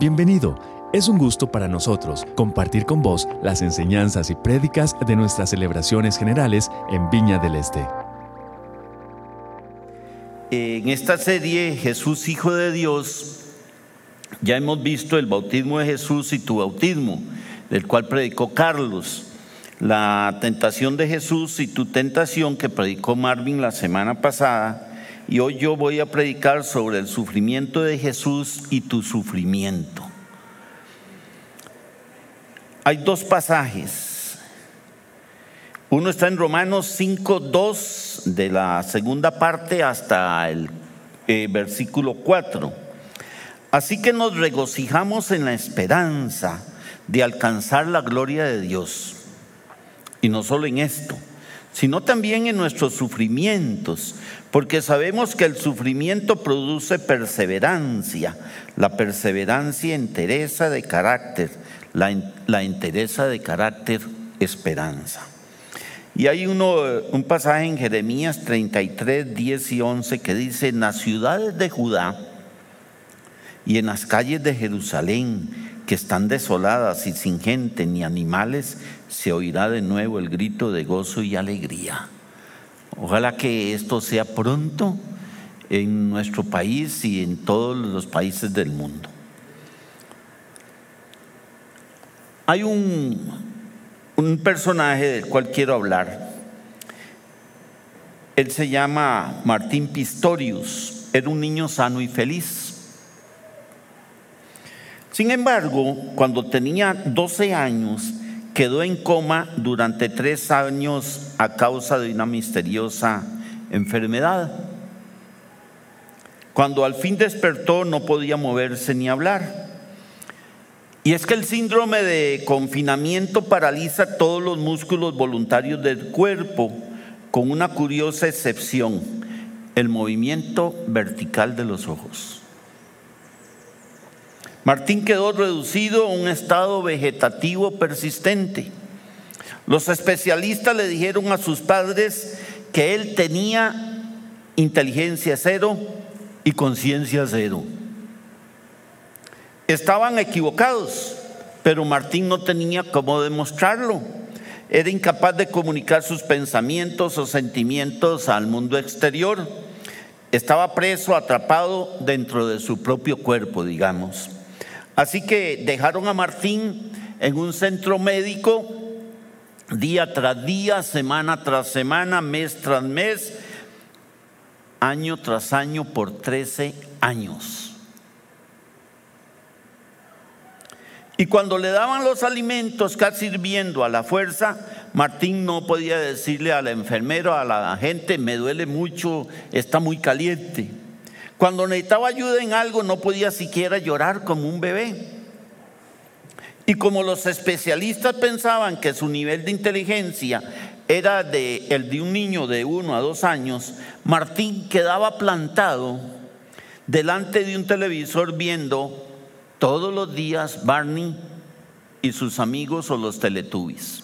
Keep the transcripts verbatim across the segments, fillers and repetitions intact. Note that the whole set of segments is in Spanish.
Bienvenido. Es un gusto para nosotros compartir con vos las enseñanzas y prédicas de nuestras celebraciones generales en Viña del Este. En esta serie, Jesús, Hijo de Dios, ya hemos visto el bautismo de Jesús y tu bautismo, del cual predicó Carlos. La tentación de Jesús y tu tentación, que predicó Marvin la semana pasada. Y hoy yo voy a predicar sobre el sufrimiento de Jesús y tu sufrimiento. Hay dos pasajes. Uno está en Romanos cinco, dos, de la segunda parte hasta el eh, versículo cuatro. Así que nos regocijamos en la esperanza de alcanzar la gloria de Dios. Y no solo en esto, sino también en nuestros sufrimientos, porque sabemos que el sufrimiento produce perseverancia, la perseverancia entereza de carácter, la, la entereza de carácter esperanza. Y hay uno, un pasaje en Jeremías treinta y tres, diez y once que dice: en las ciudades de Judá y en las calles de Jerusalén, que están desoladas y sin gente ni animales, se oirá de nuevo el grito de gozo y alegría. Ojalá que esto sea pronto en nuestro país y en todos los países del mundo. Hay un, un personaje del cual quiero hablar. Él se llama Martín Pistorius. Era un niño sano y feliz. Sin embargo, cuando tenía doce años, quedó en coma durante tres años a causa de una misteriosa enfermedad. Cuando al fin despertó, no podía moverse ni hablar. Y es que el síndrome de confinamiento paraliza todos los músculos voluntarios del cuerpo, con una curiosa excepción: el movimiento vertical de los ojos. Martín quedó reducido a un estado vegetativo persistente. Los especialistas le dijeron a sus padres que él tenía inteligencia cero y conciencia cero. Estaban equivocados, pero Martín no tenía cómo demostrarlo. Era incapaz de comunicar sus pensamientos o sentimientos al mundo exterior. Estaba preso, atrapado dentro de su propio cuerpo, digamos. Así que dejaron a Martín en un centro médico día tras día, semana tras semana, mes tras mes, año tras año, por trece años. Y cuando le daban los alimentos, casi hirviendo a la fuerza, Martín no podía decirle a la enfermera, a la gente: me duele mucho, está muy caliente. Cuando necesitaba ayuda en algo, no podía siquiera llorar como un bebé. Y como los especialistas pensaban que su nivel de inteligencia era de, el de un niño de uno a dos años, Martín quedaba plantado delante de un televisor viendo todos los días Barney y sus amigos o los Teletubbies.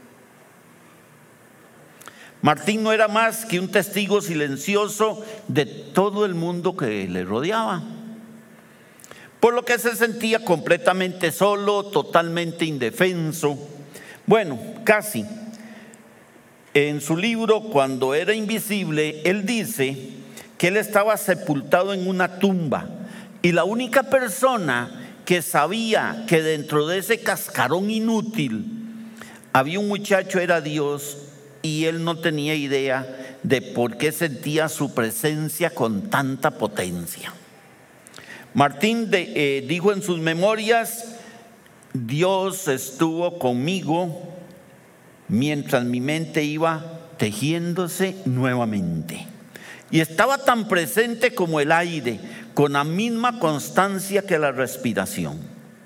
Martín no era más que un testigo silencioso de todo el mundo que le rodeaba, por lo que se sentía completamente solo, totalmente indefenso. Bueno, casi. En su libro Cuando era invisible, él dice que él estaba sepultado en una tumba y la única persona que sabía que dentro de ese cascarón inútil había un muchacho era Dios. Y él no tenía idea de por qué sentía su presencia con tanta potencia. Martín de, eh, dijo en sus memorias: Dios estuvo conmigo mientras mi mente iba tejiéndose nuevamente. Y estaba tan presente como el aire, con la misma constancia que la respiración.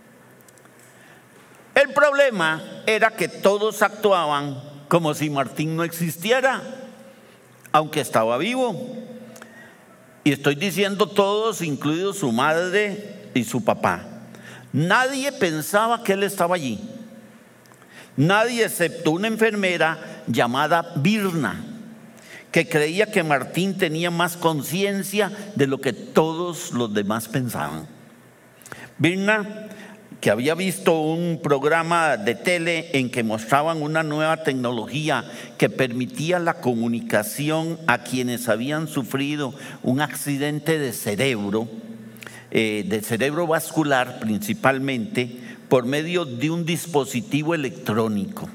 El problema era que todos actuaban como si Martín no existiera, aunque estaba vivo. Y estoy diciendo todos, incluido su madre y su papá. Nadie pensaba que él estaba allí. Nadie, excepto una enfermera llamada Virna, que creía que Martín tenía más conciencia de lo que todos los demás pensaban. Virna, que había visto un programa de tele en que mostraban una nueva tecnología que permitía la comunicación a quienes habían sufrido un accidente de cerebro, eh, de cerebro vascular principalmente, por medio de un dispositivo electrónico.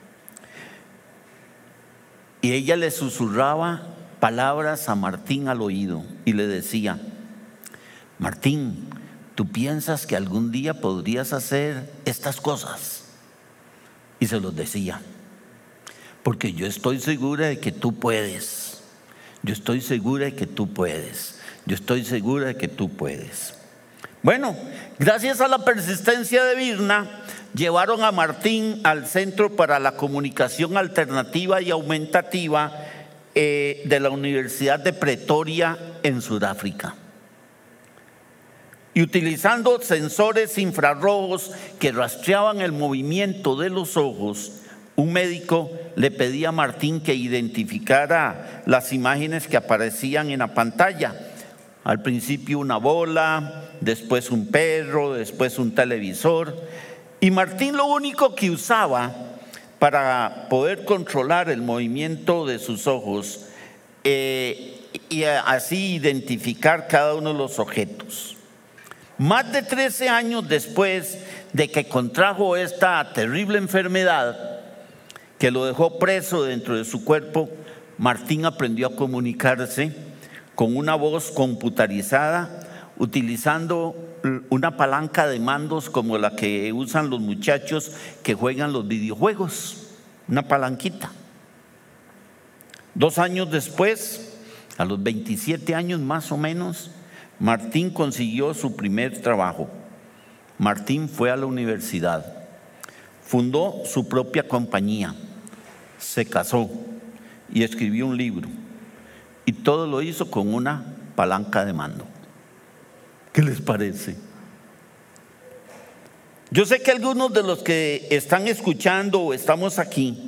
Y ella le susurraba palabras a Martín al oído y le decía: Martín, ¿tú piensas que algún día podrías hacer estas cosas? Y se los decía: porque yo estoy segura de que tú puedes. Yo estoy segura de que tú puedes. Yo estoy segura de que tú puedes. Bueno, gracias a la persistencia de Virna, llevaron a Martín al Centro para la Comunicación Alternativa y Aumentativa eh, de la Universidad de Pretoria en Sudáfrica. Y utilizando sensores infrarrojos que rastreaban el movimiento de los ojos, un médico le pedía a Martín que identificara las imágenes que aparecían en la pantalla. Al principio una bola, después un perro, después un televisor. Y Martín lo único que usaba para poder controlar el movimiento de sus ojos eh, y así identificar cada uno de los objetos. Más de trece años después de que contrajo esta terrible enfermedad que lo dejó preso dentro de su cuerpo, Martín aprendió a comunicarse con una voz computarizada, utilizando una palanca de mandos como la que usan los muchachos que juegan los videojuegos, una palanquita. Dos años después, a los veintisiete años más o menos, Martín consiguió su primer trabajo. Martín fue a la universidad, fundó su propia compañía, se casó y escribió un libro. Y todo lo hizo con una palanca de mando. ¿Qué les parece? Yo sé que algunos de los que están escuchando o estamos aquí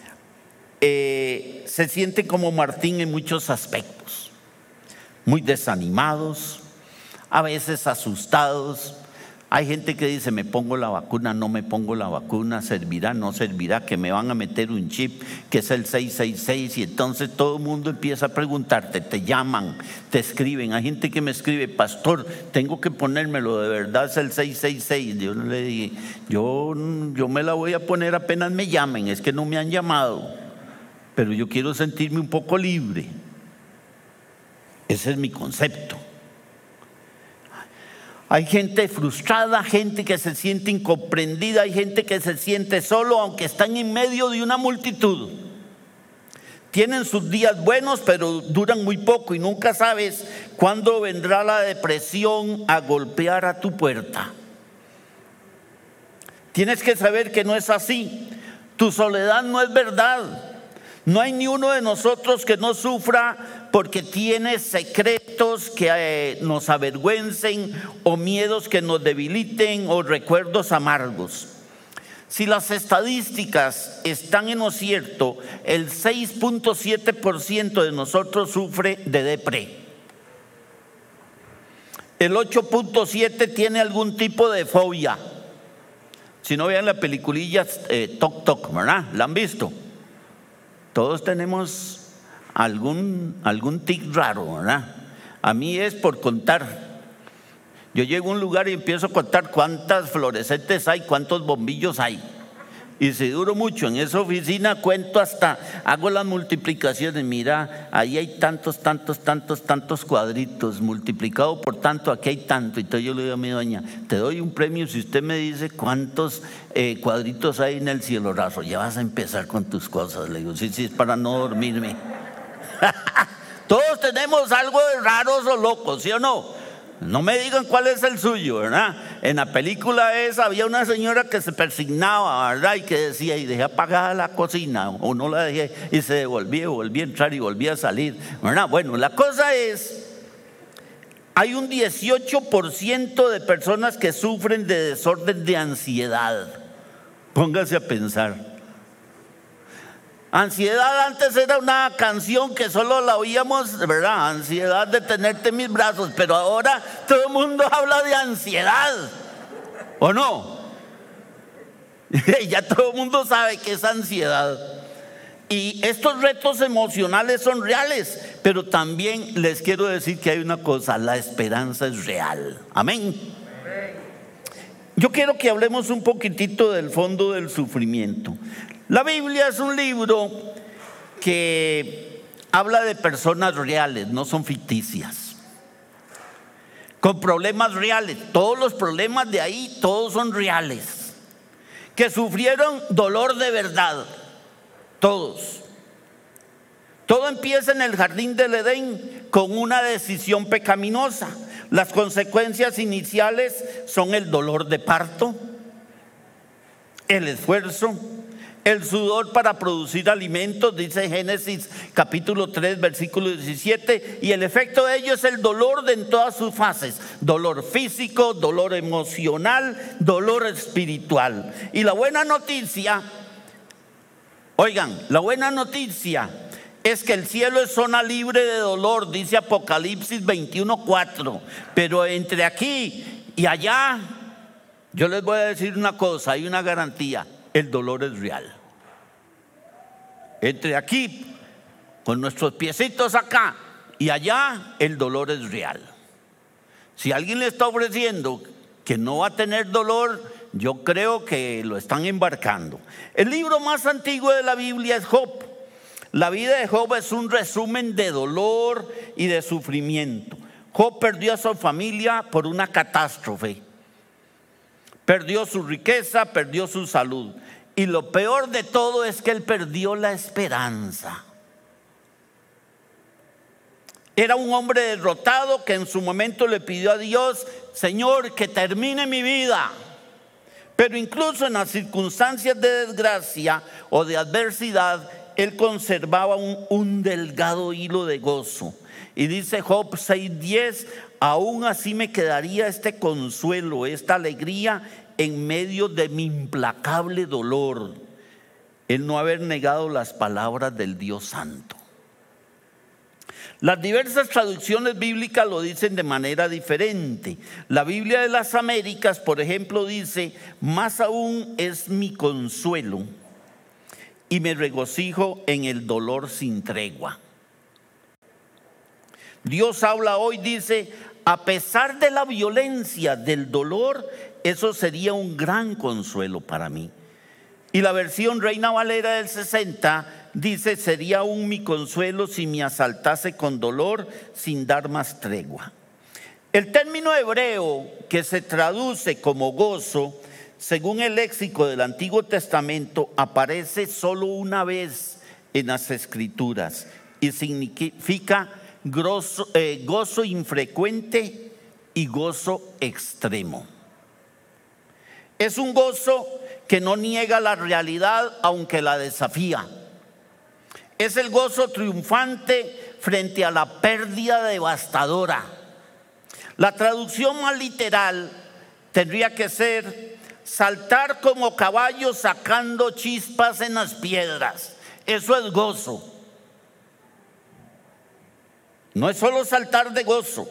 eh, se sienten como Martín en muchos aspectos, muy desanimados, a veces asustados. Hay gente que dice: me pongo la vacuna, no me pongo la vacuna, servirá, no servirá, que me van a meter un chip que es el seis seis seis, y entonces todo el mundo empieza a preguntarte, te llaman, te escriben. Hay gente que me escribe: pastor, tengo que ponérmelo, de verdad es el seis seis seis. Yo le dije: yo, yo me la voy a poner apenas me llamen, es que no me han llamado, pero yo quiero sentirme un poco libre. Ese es mi concepto. Hay gente frustrada, gente que se siente incomprendida, hay gente que se siente solo aunque están en medio de una multitud. Tienen sus días buenos, pero duran muy poco y nunca sabes cuándo vendrá la depresión a golpear a tu puerta. Tienes que saber que no es así. Tu soledad no es verdad. No hay ni uno de nosotros que no sufra porque tiene secretos que eh, nos avergüencen, o miedos que nos debiliten, o recuerdos amargos. Si las estadísticas están en lo cierto, el seis punto siete por ciento de nosotros sufre de depre. El ocho punto siete por ciento tiene algún tipo de fobia. Si no, vean la peliculilla eh, Toc Toc, ¿verdad? ¿La han visto? Todos tenemos algún, algún tic raro, ¿verdad? A mí es por contar. Yo llego a un lugar y empiezo a contar cuántas fluorescentes hay, cuántos bombillos hay. Y si duro mucho en esa oficina, cuento hasta, hago las multiplicaciones. Mira, ahí hay tantos, tantos, tantos, tantos cuadritos, multiplicado por tanto, aquí hay tanto. Entonces yo le digo a mi doña: te doy un premio si usted me dice cuántos eh, cuadritos hay en el cielo raso. Ya vas a empezar con tus cosas. Le digo: sí, sí, es para no dormirme. Todos tenemos algo de raros o locos, ¿sí o no? No me digan cuál es el suyo, ¿verdad? En la película esa había una señora que se persignaba, ¿verdad? Y que decía: y dejé apagada la cocina, o no la dejé, y se devolvía, volvía a entrar y volvía a salir, ¿verdad? Bueno, la cosa es, hay un dieciocho por ciento de personas que sufren de desorden de ansiedad. Póngase a pensar. Ansiedad antes era una canción que solo la oíamos, ¿verdad? Ansiedad de tenerte en mis brazos, pero ahora todo el mundo habla de ansiedad, ¿o no? Ya todo el mundo sabe que es ansiedad. Y estos retos emocionales son reales, pero también les quiero decir que hay una cosa: la esperanza es real. Amén. Yo quiero que hablemos un poquitito del fondo del sufrimiento. La Biblia es un libro que habla de personas reales, no son ficticias, con problemas reales. Todos los problemas de ahí, todos son reales, que sufrieron dolor de verdad, todos. Todo empieza en el jardín del Edén con una decisión pecaminosa. Las consecuencias iniciales son el dolor de parto, el esfuerzo, el sudor para producir alimentos, dice Génesis capítulo tres, versículo diecisiete, y el efecto de ello es el dolor de en todas sus fases: dolor físico, dolor emocional, dolor espiritual. Y la buena noticia, oigan, la buena noticia es que el cielo es zona libre de dolor, dice Apocalipsis veintiuno, cuatro. Pero entre aquí y allá, yo les voy a decir una cosa, hay una garantía: el dolor es real. Entre aquí, con nuestros piecitos acá, y allá, el dolor es real. Si alguien le está ofreciendo que no va a tener dolor, yo creo que lo están embarcando. El libro más antiguo de la Biblia es Job. La vida de Job es un resumen de dolor y de sufrimiento. Job perdió a su familia por una catástrofe. Perdió su riqueza, perdió su salud. Y lo peor de todo es que él perdió la esperanza. Era un hombre derrotado que en su momento le pidió a Dios: Señor, que termine mi vida. Pero incluso en las circunstancias de desgracia o de adversidad, él conservaba un, un delgado hilo de gozo. Y dice Job seis diez: aún así me quedaría este consuelo, esta alegría en medio de mi implacable dolor, el no haber negado las palabras del Dios Santo. Las diversas traducciones bíblicas lo dicen de manera diferente. La Biblia de las Américas, por ejemplo, dice: más aún es mi consuelo y me regocijo en el dolor sin tregua. Dios habla hoy, dice: a pesar de la violencia del dolor, eso sería un gran consuelo para mí. Y la versión Reina Valera del sesenta dice: sería aún mi consuelo si me asaltase con dolor sin dar más tregua. El término hebreo que se traduce como gozo, según el léxico del Antiguo Testamento, aparece solo una vez en las Escrituras y significa gozo, eh, gozo infrecuente y gozo extremo. Es un gozo que no niega la realidad aunque la desafía. Es el gozo triunfante frente a la pérdida devastadora. La traducción más literal tendría que ser: saltar como caballo sacando chispas en las piedras. Eso es gozo. No es solo saltar de gozo.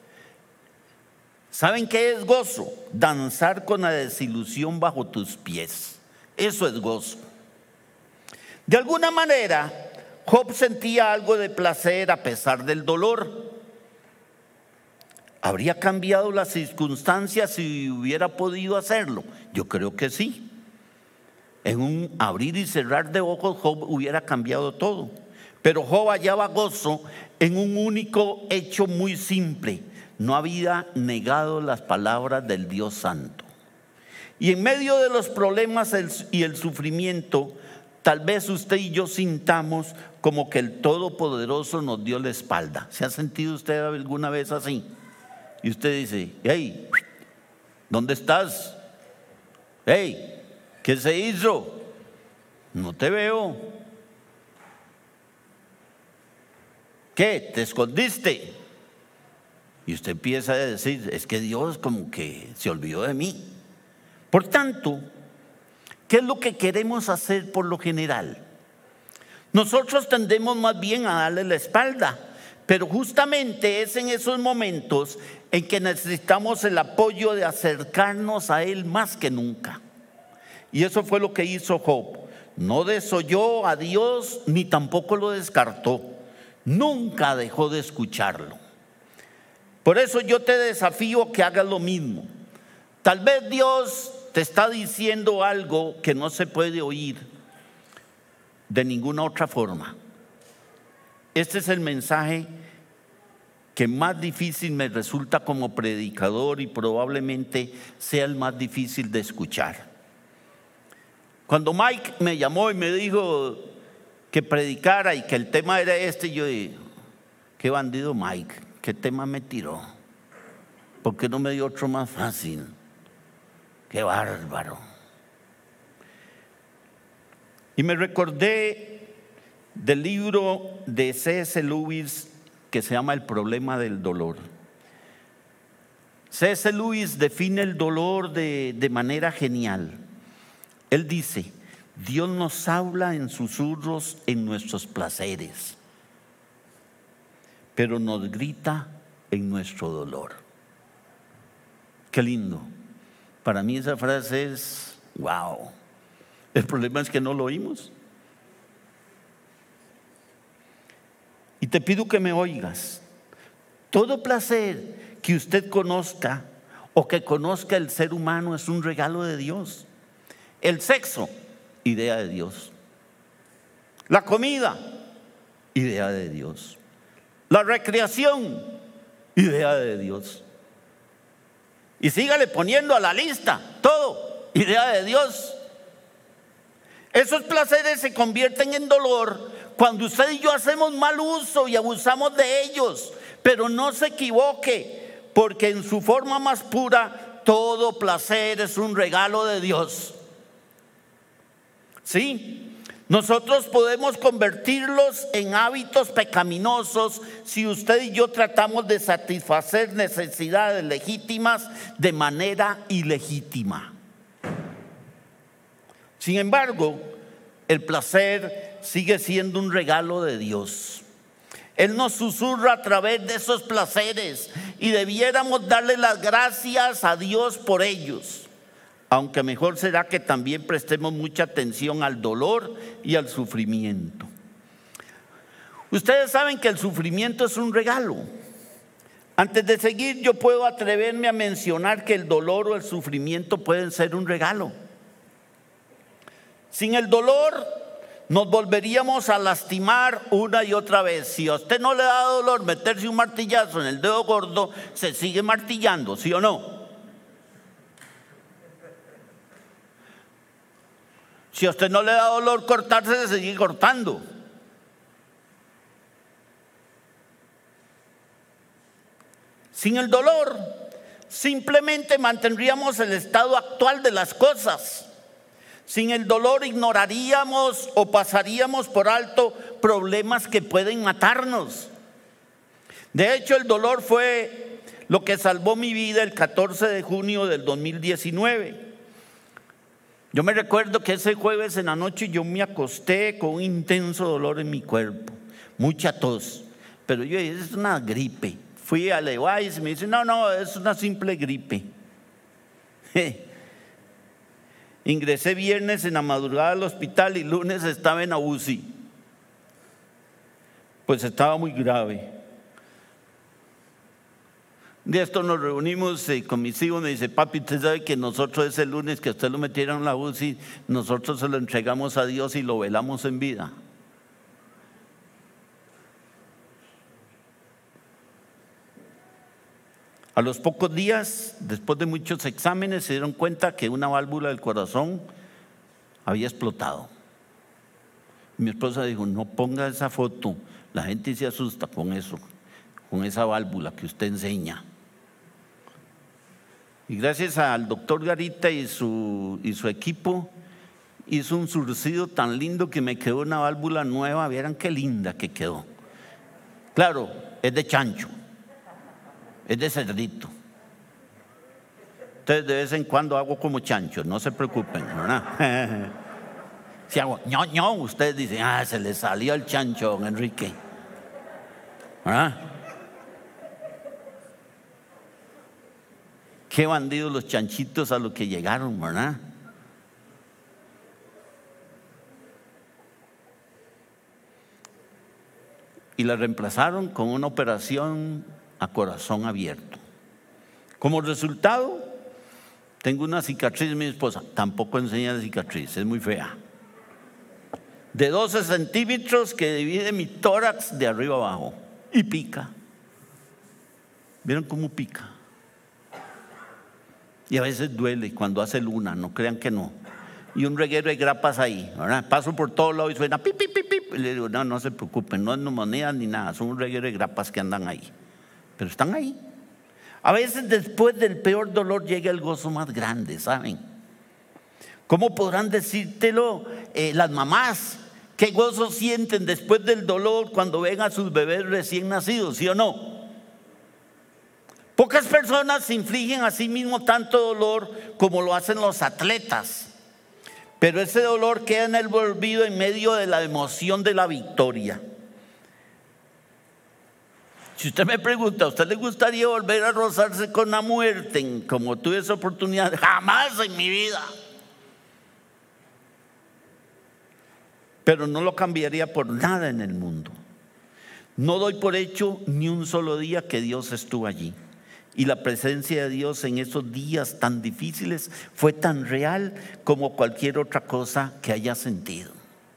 ¿Saben qué es gozo? Danzar con la desilusión bajo tus pies. Eso es gozo. De alguna manera, Job sentía algo de placer a pesar del dolor. ¿Habría cambiado las circunstancias si hubiera podido hacerlo? Yo creo que sí. En un abrir y cerrar de ojos, Job hubiera cambiado todo. Pero Job hallaba gozo en un único hecho muy simple: no había negado las palabras del Dios Santo. Y en medio de los problemas y el sufrimiento, tal vez usted y yo sintamos como que el Todopoderoso nos dio la espalda. ¿Se ha sentido usted alguna vez así? Y usted dice: hey, ¿dónde estás? Hey, ¿qué se hizo? No te veo. ¿Qué? ¿Te escondiste? Y usted empieza a decir: es que Dios como que se olvidó de mí. Por tanto, ¿qué es lo que queremos hacer por lo general? Nosotros tendemos más bien a darle la espalda, pero justamente es en esos momentos en que necesitamos el apoyo de acercarnos a Él más que nunca. Y eso fue lo que hizo Job. No desoyó a Dios ni tampoco lo descartó. Nunca dejó de escucharlo. Por eso yo te desafío que hagas lo mismo. Tal vez Dios te está diciendo algo que no se puede oír de ninguna otra forma. Este es el mensaje que más difícil me resulta como predicador y probablemente sea el más difícil de escuchar. Cuando Mike me llamó y me dijo que predicara y que el tema era este, yo dije, qué bandido Mike, qué tema me tiró. ¿Por qué no me dio otro más fácil? Qué bárbaro. Y me recordé del libro de C S Lewis que se llama El problema del dolor. C S Lewis define el dolor de, de manera genial. Él dice, Dios nos habla en susurros en nuestros placeres, pero nos grita en nuestro dolor. Qué lindo. Para mí esa frase es wow. El problema es que no lo oímos. Y te pido que me oigas. Todo placer que usted conozca o que conozca el ser humano es un regalo de Dios. El sexo, idea de Dios. La comida, idea de Dios. La recreación, idea de Dios. Y sígale poniendo a la lista todo, idea de Dios. Esos placeres se convierten en dolor cuando usted y yo hacemos mal uso y abusamos de ellos. Pero no se equivoque, porque en su forma más pura, todo placer es un regalo de Dios. Sí, nosotros podemos convertirlos en hábitos pecaminosos si usted y yo tratamos de satisfacer necesidades legítimas de manera ilegítima. Sin embargo, el placer sigue siendo un regalo de Dios. Él nos susurra a través de esos placeres y debiéramos darle las gracias a Dios por ellos. Aunque mejor será que también prestemos mucha atención al dolor y al sufrimiento. Ustedes saben que el sufrimiento es un regalo. Antes de seguir, yo puedo atreverme a mencionar que el dolor o el sufrimiento pueden ser un regalo. Sin el dolor, nos volveríamos a lastimar una y otra vez. Si a usted no le da dolor meterse un martillazo en el dedo gordo, se sigue martillando, ¿sí o no? Si a usted no le da dolor cortarse, se sigue cortando. Sin el dolor, simplemente mantendríamos el estado actual de las cosas. Sin el dolor ignoraríamos o pasaríamos por alto problemas que pueden matarnos. De hecho, el dolor fue lo que salvó mi vida el catorce de junio del dos mil diecinueve. Yo me recuerdo que ese jueves en la noche yo me acosté con un intenso dolor en mi cuerpo, mucha tos, pero yo dije, es una gripe. Fui a Levi's y me dice, no, no, es una simple gripe. Ingresé viernes en la madrugada al hospital y lunes estaba en la U C I. Pues estaba muy grave. De esto nos reunimos eh, con mis hijos. Me dice, papi, usted sabe que nosotros ese lunes que usted lo metieron en la U C I, nosotros se lo entregamos a Dios y lo velamos en vida. A los pocos días, después de muchos exámenes, se dieron cuenta que una válvula del corazón había explotado. Mi esposa dijo, no ponga esa foto, la gente se asusta con eso, con esa válvula que usted enseña. Y gracias al doctor Garita y su, y su equipo, hizo un surcido tan lindo que me quedó una válvula nueva. Vieran qué linda que quedó. Claro, es de chancho, es de cerdito. Entonces de vez en cuando hago como chancho, no se preocupen, ¿verdad? Si hago ño, ño, ustedes dicen, ah, se le salió el chancho, don Enrique. ¿Verdad? Qué bandidos los chanchitos a los que llegaron, ¿verdad? Y la reemplazaron con una operación a corazón abierto. Como resultado, tengo una cicatriz, mi esposa tampoco enseña la cicatriz, es muy fea, de doce centímetros que divide mi tórax de arriba abajo y pica. ¿Vieron cómo pica? Y a veces duele cuando hace luna, no crean que no. Y un reguero de grapas ahí, ¿verdad? Paso por todos lados y suena pip, pip, pip, pip. Y le digo, no, no se preocupen, no es neumonía ni nada, son un reguero de grapas que andan ahí. Pero están ahí. A veces después del peor dolor llega el gozo más grande, ¿saben? ¿Cómo podrán decírtelo eh, las mamás? ¿Qué gozo sienten después del dolor cuando ven a sus bebés recién nacidos, sí o no? Pocas personas se infligen a sí mismos tanto dolor como lo hacen los atletas. Pero ese dolor queda en el olvido en medio de la emoción de la victoria. Si usted me pregunta, ¿a usted le gustaría volver a rozarse con la muerte como tuve esa oportunidad? Jamás en mi vida. Pero no lo cambiaría por nada en el mundo. No doy por hecho ni un solo día que Dios estuvo allí. Y la presencia de Dios en esos días tan difíciles fue tan real como cualquier otra cosa que haya sentido.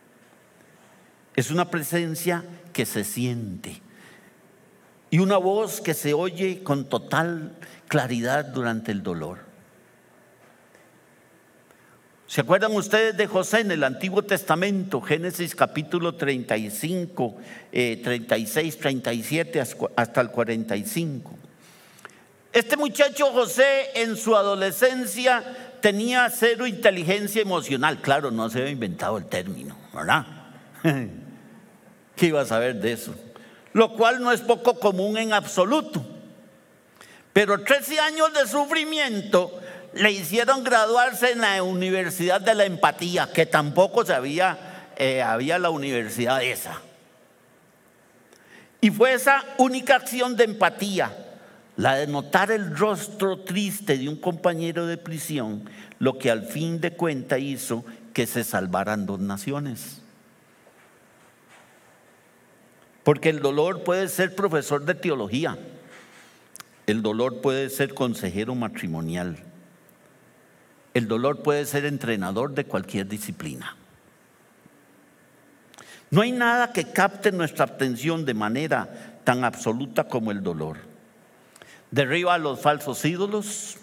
Es una presencia que se siente y una voz que se oye con total claridad durante el dolor. ¿Se acuerdan ustedes de José en el Antiguo Testamento? Génesis capítulo treinta y cinco, eh, treinta y seis, treinta y siete hasta el cuarenta y cinco. Este muchacho José en su adolescencia tenía cero inteligencia emocional. Claro, no se había inventado el término, ¿verdad? ¿Qué iba a saber de eso? Lo cual no es poco común en absoluto. Pero trece años de sufrimiento le hicieron graduarse en la Universidad de la Empatía, que tampoco sabía, eh, había la universidad esa. Y fue esa única acción de empatía, la de notar el rostro triste de un compañero de prisión, lo que al fin de cuentas hizo que se salvaran dos naciones. Porque el dolor puede ser profesor de teología, el dolor puede ser consejero matrimonial, el dolor puede ser entrenador de cualquier disciplina. No hay nada que capte nuestra atención de manera tan absoluta como el dolor. Derriba a los falsos ídolos,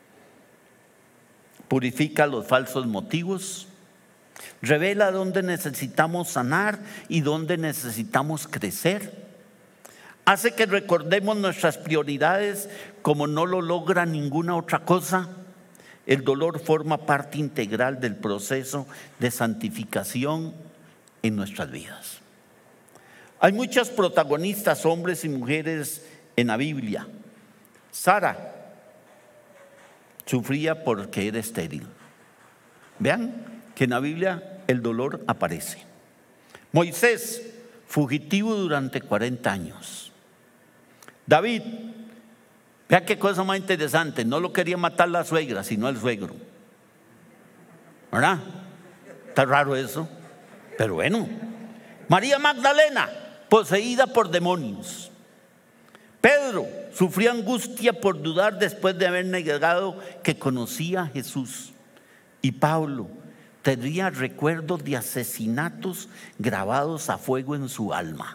purifica los falsos motivos, revela dónde necesitamos sanar y dónde necesitamos crecer. Hace que recordemos nuestras prioridades como no lo logra ninguna otra cosa. El dolor forma parte integral del proceso de santificación en nuestras vidas. Hay muchos protagonistas, hombres y mujeres en la Biblia. Sara sufría porque era estéril. Vean que en la Biblia el dolor aparece. Moisés, fugitivo durante cuarenta años. David, vean qué cosa más interesante, no lo quería matar la suegra, sino el suegro. ¿Verdad? Está raro eso, pero bueno. María Magdalena, poseída por demonios. Pedro sufría angustia por dudar después de haber negado que conocía a Jesús. Y Pablo tenía recuerdos de asesinatos grabados a fuego en su alma.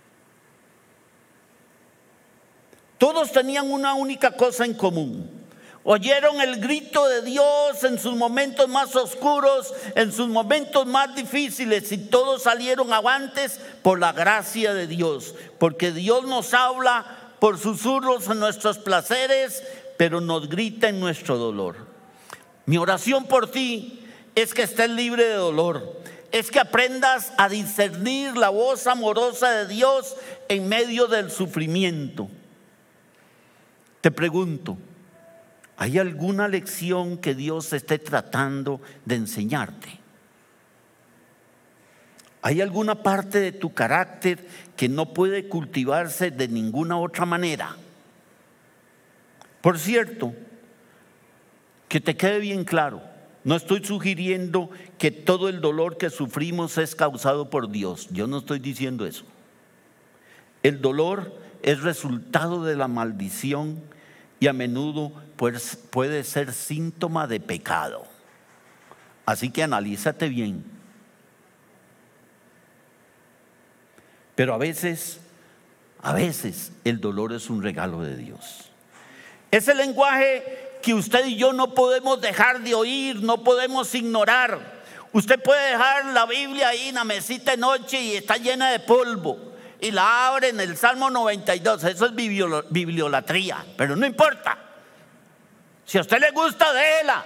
Todos tenían una única cosa en común. Oyeron el grito de Dios en sus momentos más oscuros, en sus momentos más difíciles, y todos salieron avantes por la gracia de Dios, porque Dios nos habla por susurros en nuestros placeres, pero nos grita en nuestro dolor. Mi oración por ti es que estés libre de dolor, es que aprendas a discernir la voz amorosa de Dios en medio del sufrimiento. Te pregunto, ¿hay alguna lección que Dios esté tratando de enseñarte? ¿Hay alguna parte de tu carácter que no puede cultivarse de ninguna otra manera? Por cierto, que te quede bien claro, no estoy sugiriendo que todo el dolor que sufrimos es causado por Dios. Yo no estoy diciendo eso. El dolor es resultado de la maldición y a menudo pues, puede ser síntoma de pecado. Así que analízate bien. Pero a veces, a veces el dolor es un regalo de Dios. Ese lenguaje que usted y yo no podemos dejar de oír, no podemos ignorar. Usted puede dejar la Biblia ahí en la mesita de noche y está llena de polvo y la abre en el Salmo noventa y dos. Eso es bibliolatría, pero no importa. Si a usted le gusta, déjela.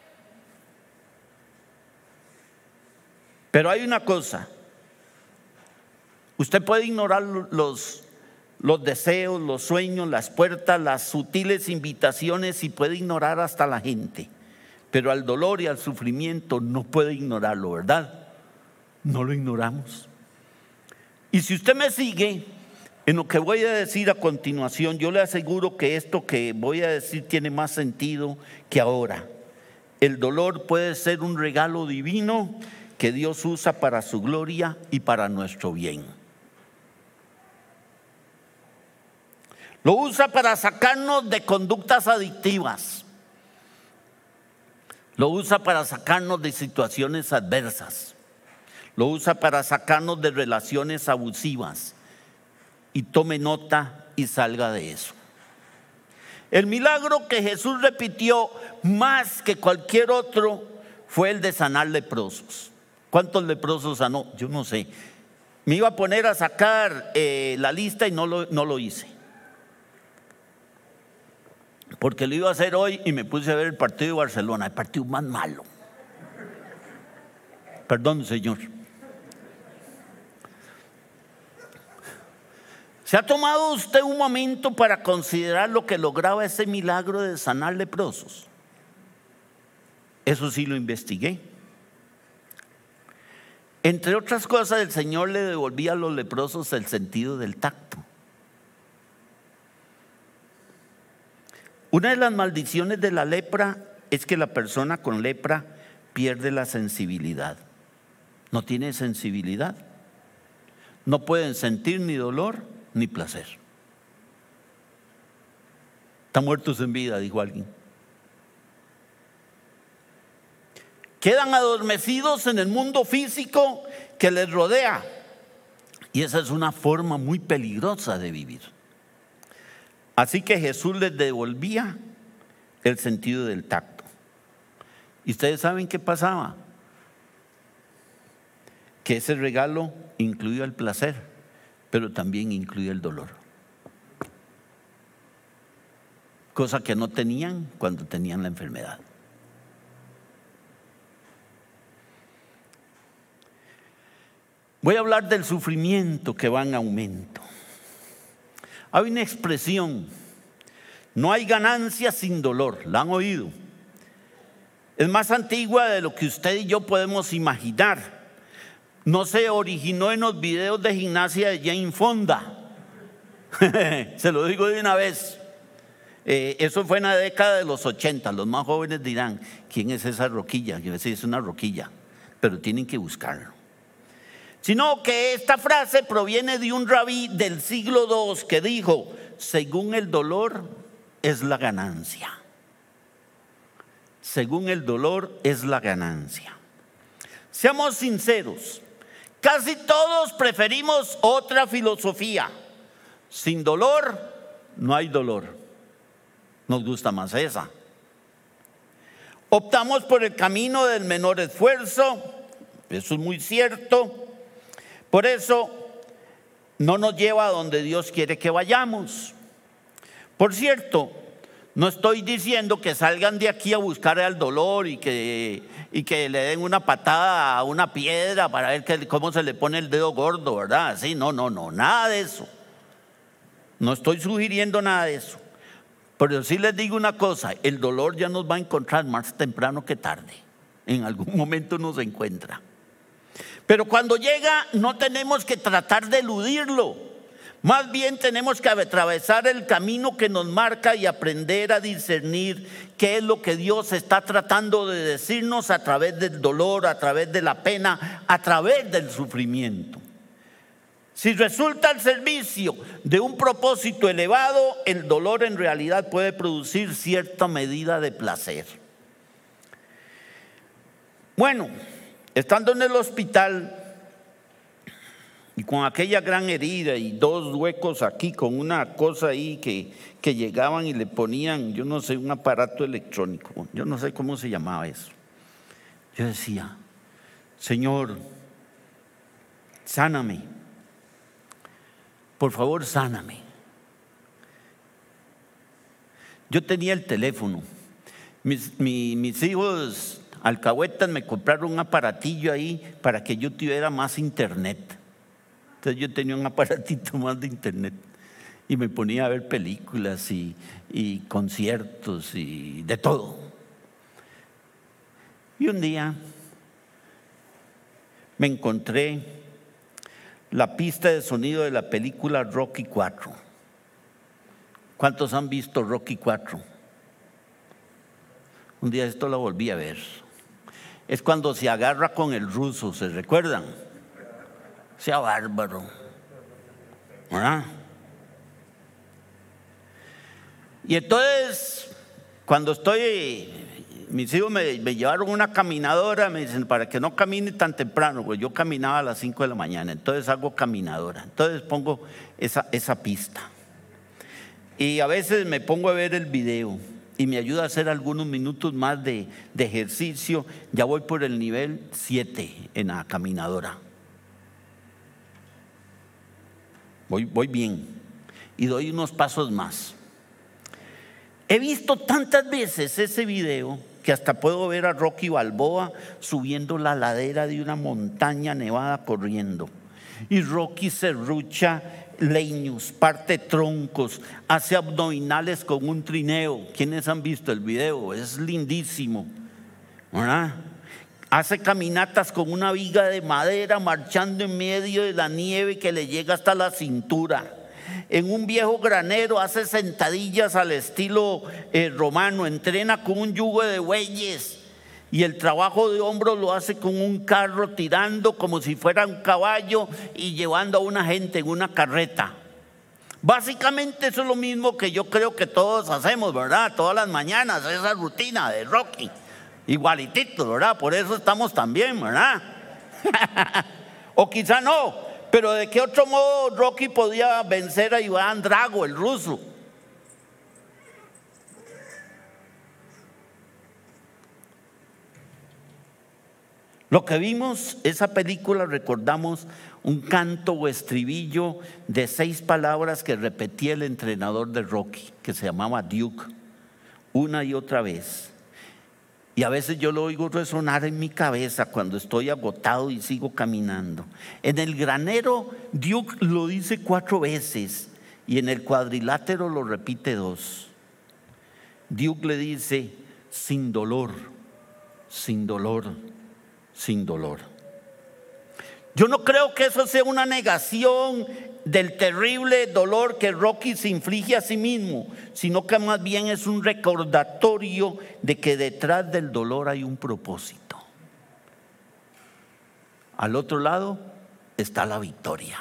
Pero hay una cosa. Usted puede ignorar los, los deseos, los sueños, las puertas, las sutiles invitaciones y puede ignorar hasta la gente. Pero al dolor y al sufrimiento no puede ignorarlo, ¿verdad? No lo ignoramos. Y si usted me sigue en lo que voy a decir a continuación, yo le aseguro que esto que voy a decir tiene más sentido que ahora. El dolor puede ser un regalo divino que Dios usa para su gloria y para nuestro bien. Lo usa para sacarnos de conductas adictivas. Lo usa para sacarnos de situaciones adversas. Lo usa para sacarnos de relaciones abusivas. Y tome nota y salga de eso. El milagro que Jesús repitió más que cualquier otro fue el de sanar leprosos. ¿Cuántos leprosos sanó? Yo no sé. Me iba a poner a sacar eh, la lista y no lo, no lo hice. Porque lo iba a hacer hoy y me puse a ver el partido de Barcelona, el partido más malo. Perdón, Señor. ¿Se ha tomado usted un momento para considerar lo que lograba ese milagro de sanar leprosos? Eso sí lo investigué. Entre otras cosas, el Señor le devolvía a los leprosos el sentido del tacto. Una de las maldiciones de la lepra es que la persona con lepra pierde la sensibilidad. No tiene sensibilidad. No pueden sentir ni dolor ni placer. Están muertos en vida, dijo alguien. Quedan adormecidos en el mundo físico que les rodea. Y esa es una forma muy peligrosa de vivir. Así que Jesús les devolvía el sentido del tacto. ¿Y ustedes saben qué pasaba? Que ese regalo incluía el placer, pero también incluía el dolor. Cosa que no tenían cuando tenían la enfermedad. Voy a hablar del sufrimiento que va en aumento. Hay una expresión: no hay ganancia sin dolor. ¿La han oído? Es más antigua de lo que usted y yo podemos imaginar. No se originó en los videos de gimnasia de Jane Fonda. Se lo digo de una vez. Eh, eso fue en la década de los ochenta. Los más jóvenes dirán: ¿quién es esa roquilla? Yo decía, es una roquilla, pero tienen que buscarlo. Sino que esta frase proviene de un rabí del siglo segundo que dijo: según el dolor es la ganancia. Según el dolor es la ganancia. Seamos sinceros, casi todos preferimos otra filosofía. Sin dolor no hay dolor. Nos gusta más esa. Optamos por el camino del menor esfuerzo. Eso es muy cierto. Por eso no nos lleva a donde Dios quiere que vayamos. Por cierto, no estoy diciendo que salgan de aquí a buscar el dolor y que, y que le den una patada a una piedra para ver que, cómo se le pone el dedo gordo, ¿verdad? Sí, no, no, no, nada de eso. No estoy sugiriendo nada de eso. Pero sí les digo una cosa: el dolor ya nos va a encontrar más temprano que tarde. En algún momento nos encuentra. Pero cuando llega no tenemos que tratar de eludirlo. Más bien tenemos que atravesar el camino que nos marca y aprender a discernir qué es lo que Dios está tratando de decirnos a través del dolor, a través de la pena, a través del sufrimiento. Si resulta el servicio de un propósito elevado, el dolor en realidad puede producir cierta medida de placer. Bueno, estando en el hospital y con aquella gran herida y dos huecos aquí, con una cosa ahí que, que llegaban y le ponían, yo no sé, un aparato electrónico, yo no sé cómo se llamaba eso. Yo decía, Señor, sáname, por favor, sáname. Yo tenía el teléfono, mis, mi, mis hijos alcahuetas me compraron un aparatillo ahí para que yo tuviera más internet. Entonces yo tenía un aparatito más de internet y me ponía a ver películas y, y conciertos y de todo. Y un día me encontré la pista de sonido de la película Rocky cuatro. ¿Cuántos han visto Rocky cuatro? Un día esto lo volví a ver. Es cuando se agarra con el ruso, ¿se recuerdan? Sea bárbaro, ¿verdad? Y entonces, cuando estoy, mis hijos me, me llevaron una caminadora, me dicen, para que no camine tan temprano, pues yo caminaba a las cinco de la mañana, entonces hago caminadora, entonces pongo esa, esa pista. Y a veces me pongo a ver el video y me ayuda a hacer algunos minutos más de, de ejercicio. Ya voy por el nivel siete en la caminadora. Voy, voy bien y doy unos pasos más. He visto tantas veces ese video que hasta puedo ver a Rocky Balboa subiendo la ladera de una montaña nevada corriendo. Y Rocky serrucha leños, parte troncos, hace abdominales con un trineo. ¿Quiénes han visto el video? Es lindísimo, ¿verdad? Hace caminatas con una viga de madera marchando en medio de la nieve que le llega hasta la cintura. En un viejo granero hace sentadillas al estilo eh, romano, entrena con un yugo de bueyes y el trabajo de hombros lo hace con un carro tirando como si fuera un caballo y llevando a una gente en una carreta. Básicamente eso es lo mismo que yo creo que todos hacemos, ¿verdad? Todas las mañanas, esa rutina de Rocky. Igualitito, ¿verdad? Por eso estamos tan bien, ¿verdad? O quizá no, pero ¿de qué otro modo Rocky podía vencer a Iván Drago, el ruso? Lo que vimos, esa película, recordamos un canto o estribillo de seis palabras que repetía el entrenador de Rocky, que se llamaba Duke, una y otra vez. Y a veces yo lo oigo resonar en mi cabeza cuando estoy agotado y sigo caminando. En el granero, Duke lo dice cuatro veces y en el cuadrilátero lo repite dos. Duke le dice, sin dolor, sin dolor, sin dolor. Yo no creo que eso sea una negación del terrible dolor que Rocky se inflige a sí mismo, sino que más bien es un recordatorio de que detrás del dolor hay un propósito. Al otro lado está la victoria.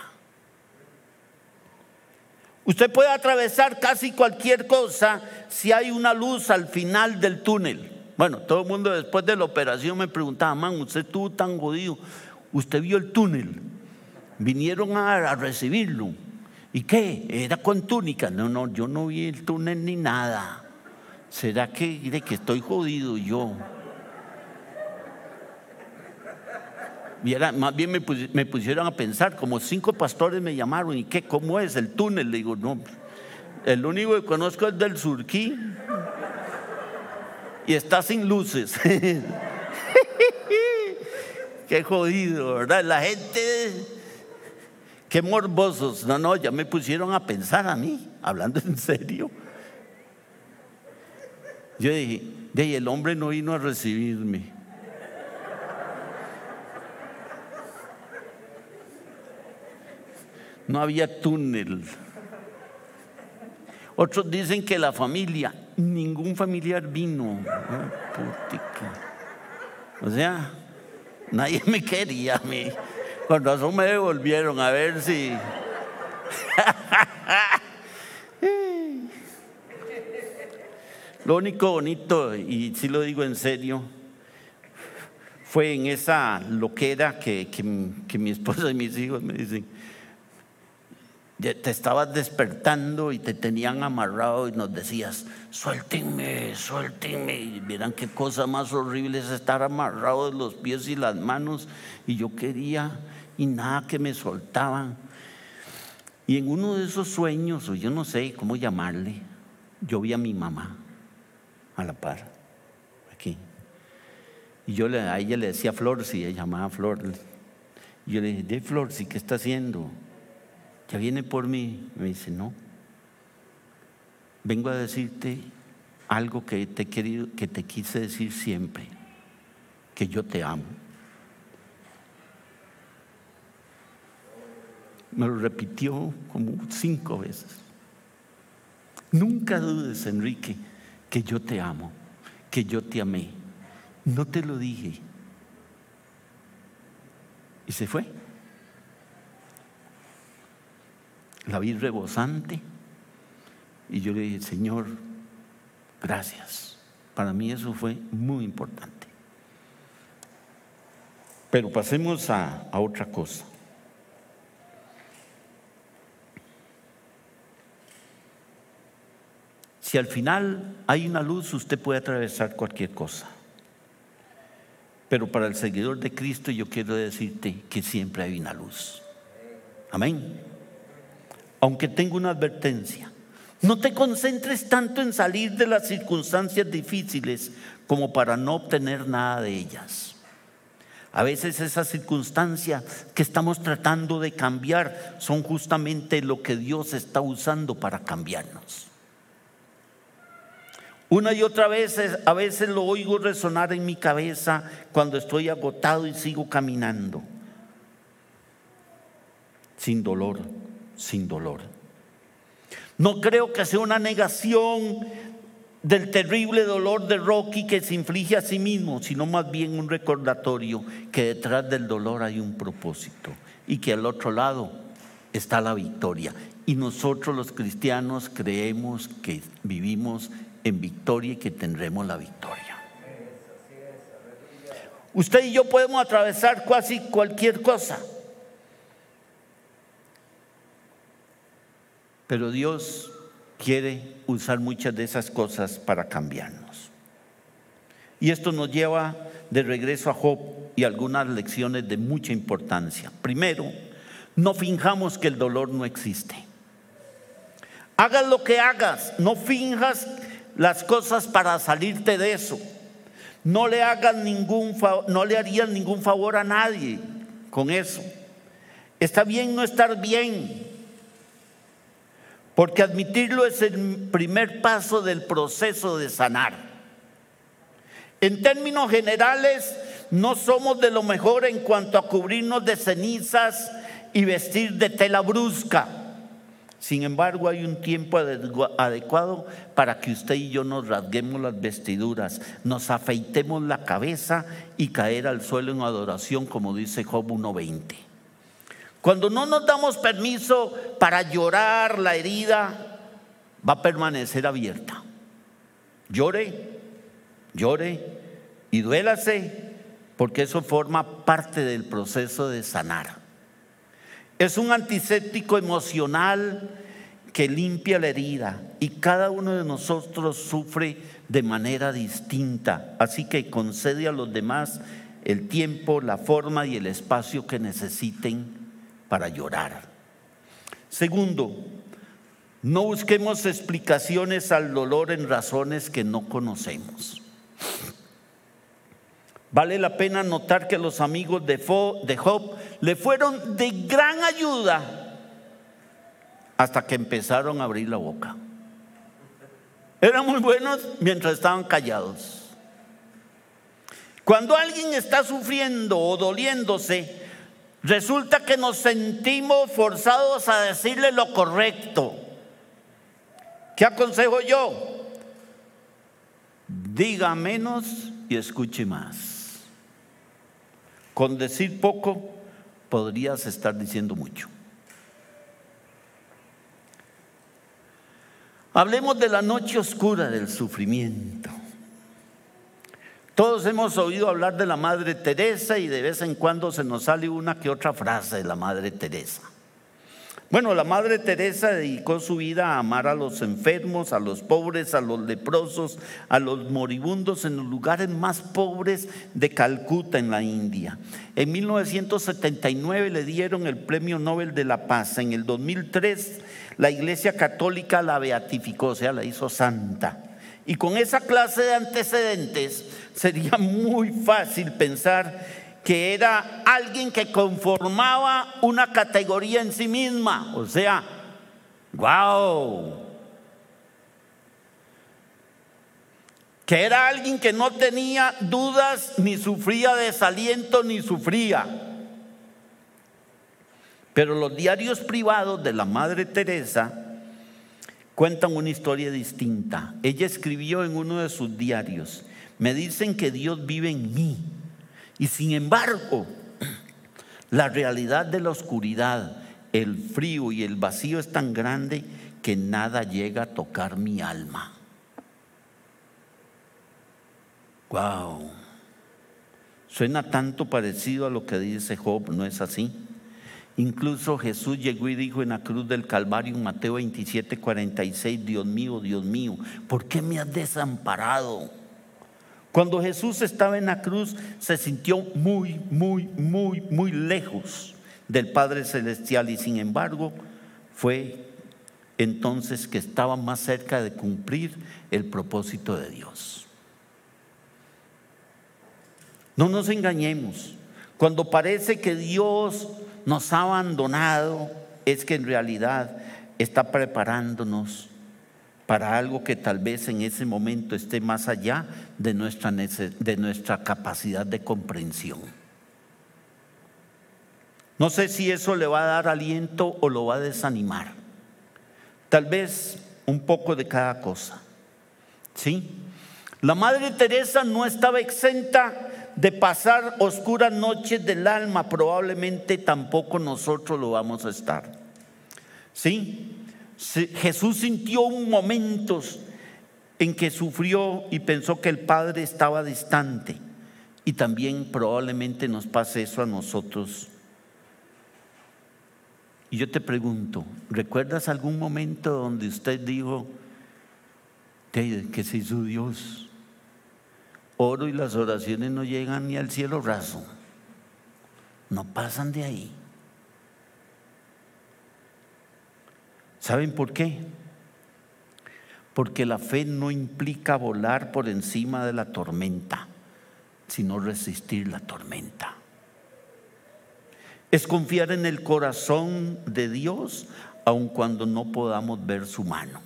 Usted puede atravesar casi cualquier cosa si hay una luz al final del túnel. Bueno, todo el mundo después de la operación me preguntaba, man, usted estuvo tan jodido, usted vio el túnel, vinieron a, a recibirlo. ¿Y qué? ¿Era con túnica? No, no, yo no vi el túnel ni nada. ¿Será que, de que estoy jodido yo? Y era, más bien me, pus, me pusieron a pensar, como cinco pastores me llamaron, ¿y qué? ¿Cómo es el túnel? Le digo, no, el único que conozco es del Surquí y está sin luces. Qué jodido, ¿verdad? La gente, qué morbosos. No, no, ya me pusieron a pensar a mí, hablando en serio. Yo dije, de el hombre no vino a recibirme. No había túnel. Otros dicen que la familia, ningún familiar vino. Oh, putica. O sea, nadie me quería a mí. Con razón me devolvieron a ver si... Lo único bonito, y sí lo digo en serio, fue en esa loquera que, que, que mi esposa y mis hijos me dicen: te estabas despertando y te tenían amarrado y nos decías: suéltenme, suéltenme. Y miran qué cosa más horrible es estar amarrado de los pies y las manos. Y yo quería, y nada que me soltaban. Y en uno de esos sueños, o yo no sé cómo llamarle, yo vi a mi mamá a la par, aquí. Y yo le, a ella le decía Flor, si ella llamaba Flor. Y yo le dije: de Flor, ¿sí qué está haciendo? ¿Ya viene por mí? Me dice: no, vengo a decirte algo que te, he querido, que te quise decir siempre, que yo te amo. Me lo repitió como cinco veces. Nunca dudes, Enrique, que yo te amo, que yo te amé. No te lo dije. Y se fue. La vi rebosante y yo le dije: Señor, gracias. Para mí eso fue muy importante. Pero pasemos a, a otra cosa. Si al final hay una luz, usted puede atravesar cualquier cosa. Pero para el seguidor de Cristo yo quiero decirte que siempre hay una luz. Amén. Aunque tengo una advertencia: no te concentres tanto en salir de las circunstancias difíciles como para no obtener nada de ellas. A veces esas circunstancias que estamos tratando de cambiar son justamente lo que Dios está usando para cambiarnos. Una y otra vez, a veces lo oigo resonar en mi cabeza cuando estoy agotado y sigo caminando. Sin dolor, sin dolor. No creo que sea una negación del terrible dolor de Rocky que se inflige a sí mismo, sino más bien un recordatorio que detrás del dolor hay un propósito y que al otro lado está la victoria. Y nosotros los cristianos creemos que vivimos en victoria y que tendremos la victoria. Usted y yo podemos atravesar casi cualquier cosa, pero Dios quiere usar muchas de esas cosas para cambiarnos. Y esto nos lleva de regreso a Job y algunas lecciones de mucha importancia. Primero, no finjamos que el dolor no existe. Hagas lo que hagas, no finjas las cosas para salirte de eso. No le hagas ningún favor, no le harías ningún favor a nadie con eso. Está bien no estar bien, porque admitirlo es el primer paso del proceso de sanar. En términos generales, no somos de lo mejor en cuanto a cubrirnos de cenizas y vestir de tela brusca. Sin embargo, hay un tiempo adecuado para que usted y yo nos rasguemos las vestiduras, nos afeitemos la cabeza y caer al suelo en adoración, como dice Job uno veinte. Cuando no nos damos permiso para llorar, la herida va a permanecer abierta. Llore, llore y duélase, porque eso forma parte del proceso de sanar. Es un antiséptico emocional que limpia la herida, y cada uno de nosotros sufre de manera distinta. Así que concede a los demás el tiempo, la forma y el espacio que necesiten para llorar. Segundo, no busquemos explicaciones al dolor en razones que no conocemos. Vale la pena notar que los amigos de Job le fueron de gran ayuda hasta que empezaron a abrir la boca. Eran muy buenos mientras estaban callados. Cuando alguien está sufriendo o doliéndose, resulta que nos sentimos forzados a decirle lo correcto. ¿Qué aconsejo yo? Diga menos y escuche más. Con decir poco podrías estar diciendo mucho. Hablemos de la noche oscura del sufrimiento. Todos hemos oído hablar de la Madre Teresa y de vez en cuando se nos sale una que otra frase de la Madre Teresa. Bueno, la Madre Teresa dedicó su vida a amar a los enfermos, a los pobres, a los leprosos, a los moribundos en los lugares más pobres de Calcuta, en la India. En mil novecientos setenta y nueve le dieron el Premio Nobel de la Paz. En el dos mil tres la Iglesia Católica la beatificó, o sea, la hizo santa. Y con esa clase de antecedentes sería muy fácil pensar que era alguien que conformaba una categoría en sí misma. O sea, wow, que era alguien que no tenía dudas, ni sufría desaliento, ni sufría. Pero los diarios privados de la Madre Teresa cuentan una historia distinta. Ella escribió en uno de sus diarios: me dicen que Dios vive en mí, y sin embargo la realidad de la oscuridad, el frío y el vacío es tan grande que nada llega a tocar mi alma. Wow, suena tanto parecido a lo que dice Job, ¿no es así? Incluso Jesús llegó y dijo en la cruz del Calvario, en Mateo veintisiete, cuarenta y seis: Dios mío, Dios mío, ¿por qué me has desamparado? Cuando Jesús estaba en la cruz se sintió muy, muy, muy, muy lejos del Padre Celestial, y sin embargo fue entonces que estaba más cerca de cumplir el propósito de Dios. No nos engañemos. Cuando parece que Dios nos ha abandonado, es que en realidad está preparándonos para algo que tal vez en ese momento esté más allá de nuestra, de nuestra capacidad de comprensión. No sé si eso le va a dar aliento o lo va a desanimar. Tal vez un poco de cada cosa. ¿Sí? La Madre Teresa no estaba exenta de pasar oscuras noches del alma. Probablemente tampoco nosotros lo vamos a estar. ¿Sí? Jesús sintió momentos en que sufrió y pensó que el Padre estaba distante, y también probablemente nos pase eso a nosotros. Y yo te pregunto, ¿recuerdas algún momento donde usted dijo que se hizo Dios? Oro y las oraciones no llegan ni al cielo raso, no pasan de ahí. ¿Saben por qué? Porque la fe no implica volar por encima de la tormenta, sino resistir la tormenta. Es confiar en el corazón de Dios aun cuando no podamos ver su mano.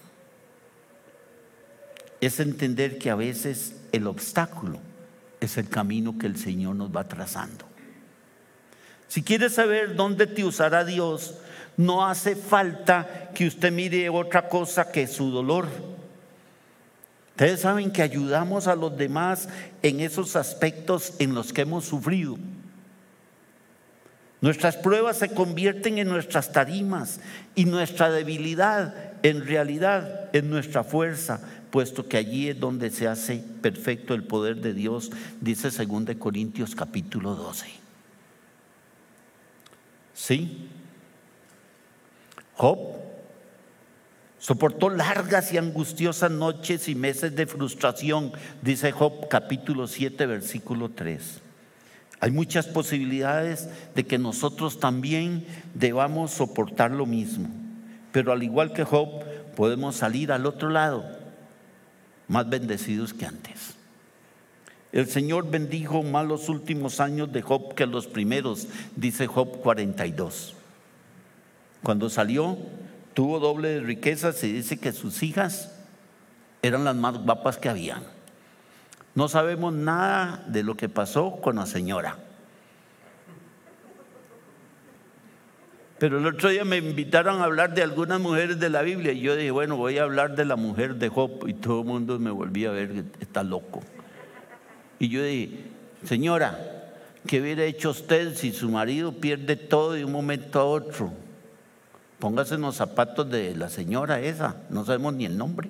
Es entender que a veces el obstáculo es el camino que el Señor nos va trazando. Si quieres saber dónde te usará Dios, no hace falta que usted mire otra cosa que su dolor. Ustedes saben que ayudamos a los demás en esos aspectos en los que hemos sufrido. Nuestras pruebas se convierten en nuestras tarimas, y nuestra debilidad en realidad es nuestra fuerza, puesto que allí es donde se hace perfecto el poder de Dios, dice segunda de Corintios capítulo doce. ¿Sí? Job soportó largas y angustiosas noches y meses de frustración, dice Job capítulo siete, versículo tres. Hay muchas posibilidades de que nosotros también debamos soportar lo mismo, pero al igual que Job, podemos salir al otro lado más bendecidos que antes. El Señor bendijo más los últimos años de Job que los primeros, dice Job cuarenta y dos. Cuando salió, tuvo doble de riquezas, y dice que sus hijas eran las más guapas que habían. No sabemos nada de lo que pasó con la señora. Pero el otro día me invitaron a hablar de algunas mujeres de la Biblia y yo dije, bueno, voy a hablar de la mujer de Job, y todo el mundo me volvía a ver, está loco. Y yo dije, señora, ¿qué hubiera hecho usted si su marido pierde todo de un momento a otro? Póngase en los zapatos de la señora esa, no sabemos ni el nombre.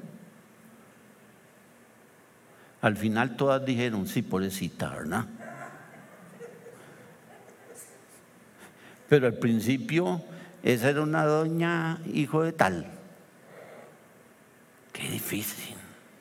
Al final todas dijeron, sí, pobrecita, ¿verdad? Pero al principio esa era una doña hijo de tal. Qué difícil.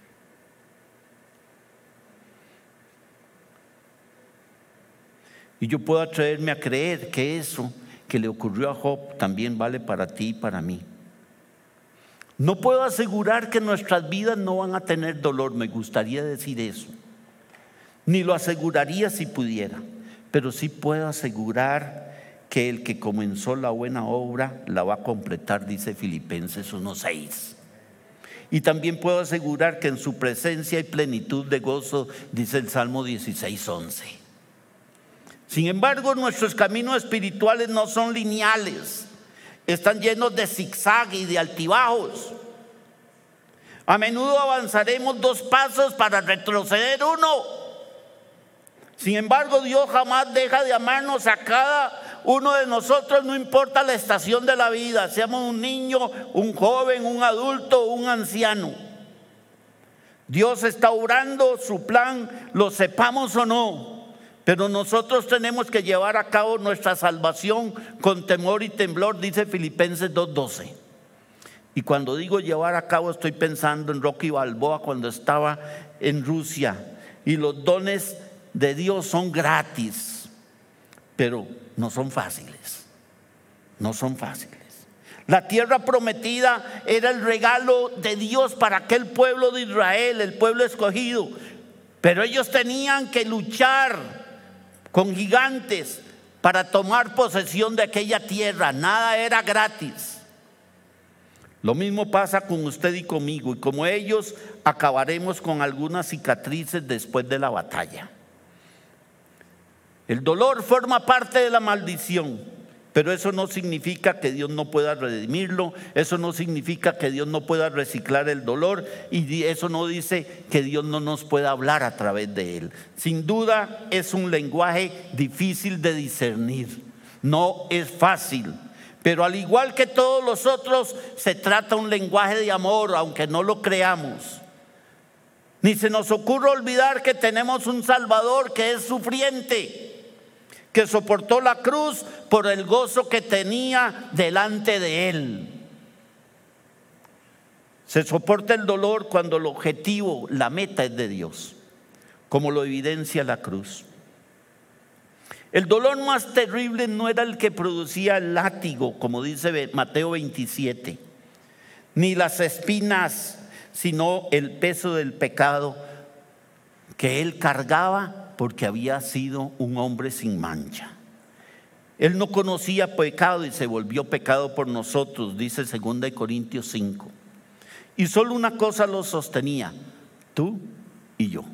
Y yo puedo atreverme a creer que eso que le ocurrió a Job también vale para ti y para mí. No puedo asegurar que nuestras vidas no van a tener dolor, me gustaría decir eso. Ni lo aseguraría si pudiera, pero sí puedo asegurar que el que comenzó la buena obra la va a completar, dice Filipenses uno seis. Y también puedo asegurar que en su presencia hay plenitud de gozo, dice el Salmo dieciséis once. Sin embargo, nuestros caminos espirituales no son lineales, están llenos de zigzag y de altibajos. A menudo avanzaremos dos pasos para retroceder uno. Sin embargo, Dios jamás deja de amarnos a cada uno de nosotros, no importa la estación de la vida, seamos un niño, un joven, un adulto o un anciano. Dios está obrando su plan, lo sepamos o no, pero nosotros tenemos que llevar a cabo nuestra salvación con temor y temblor, dice Filipenses dos doce. Y cuando digo llevar a cabo, estoy pensando en Rocky Balboa cuando estaba en Rusia. Y los dones de Dios son gratis, pero no son fáciles, no son fáciles. La tierra prometida era el regalo de Dios para aquel pueblo de Israel, el pueblo escogido. Pero ellos tenían que luchar con gigantes para tomar posesión de aquella tierra. Nada era gratis. Lo mismo pasa con usted y conmigo, y como ellos acabaremos con algunas cicatrices después de la batalla. El dolor forma parte de la maldición, pero eso no significa que Dios no pueda redimirlo, eso no significa que Dios no pueda reciclar el dolor, y eso no dice que Dios no nos pueda hablar a través de él. Sin duda es un lenguaje difícil de discernir, no es fácil, pero al igual que todos los otros, se trata un lenguaje de amor, aunque no lo creamos. Ni se nos ocurre olvidar que tenemos un Salvador que es sufriente, que soportó la cruz por el gozo que tenía delante de él. Se soporta el dolor cuando el objetivo, la meta es de Dios, como lo evidencia la cruz. El dolor más terrible no era el que producía el látigo, como dice Mateo veintisiete, ni las espinas, sino el peso del pecado que él cargaba porque había sido un hombre sin mancha. Él no conocía pecado y se volvió pecado por nosotros, dice segunda de Corintios cinco. Y solo una cosa lo sostenía, tú y yo.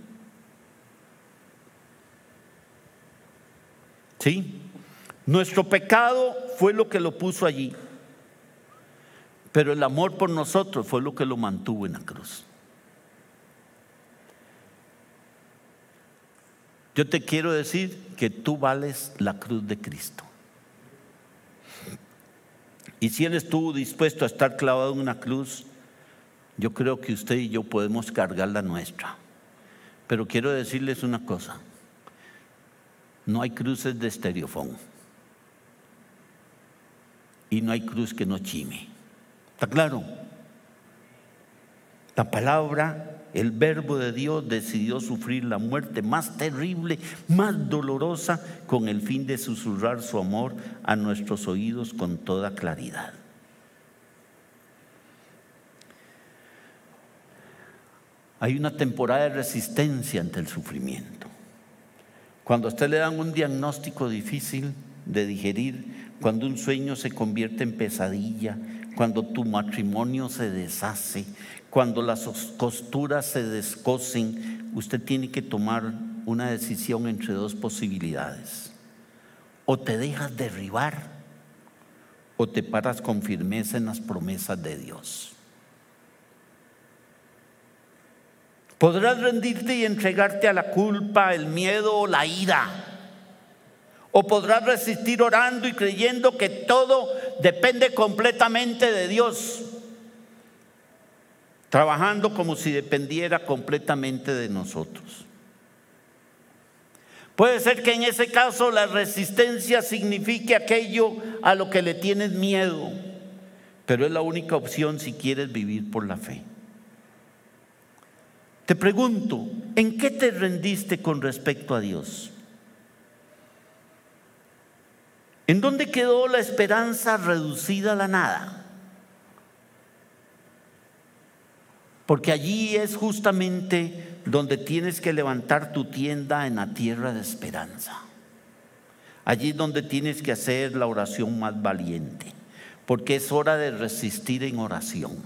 ¿Sí? Nuestro pecado fue lo que lo puso allí, pero el amor por nosotros fue lo que lo mantuvo en la cruz. Yo te quiero decir que tú vales la cruz de Cristo. Y si Él estuvo dispuesto a estar clavado en una cruz, yo creo que usted y yo podemos cargar la nuestra. Pero quiero decirles una cosa: no hay cruces de estereofón y no hay cruz que no chime. ¿Está claro? La palabra, el verbo de Dios decidió sufrir la muerte más terrible, más dolorosa, con el fin de susurrar su amor a nuestros oídos con toda claridad. Hay una temporada de resistencia ante el sufrimiento. Cuando a usted le dan un diagnóstico difícil de digerir, cuando un sueño se convierte en pesadilla, cuando tu matrimonio se deshace, cuando las costuras se descosen, usted tiene que tomar una decisión entre dos posibilidades. O te dejas derribar o te paras con firmeza en las promesas de Dios? Podrás rendirte y entregarte a la culpa, el miedo o la ira, o podrás resistir orando y creyendo que todo depende completamente de Dios, trabajando como si dependiera completamente de nosotros. Puede ser que en ese caso la resistencia signifique aquello a lo que le tienes miedo, pero es la única opción si quieres vivir por la fe. Te pregunto, ¿en qué te rendiste con respecto a Dios? ¿En dónde quedó la esperanza reducida a la nada? Porque allí es justamente donde tienes que levantar tu tienda en la tierra de esperanza. Allí es donde tienes que hacer la oración más valiente, porque es hora de resistir en oración.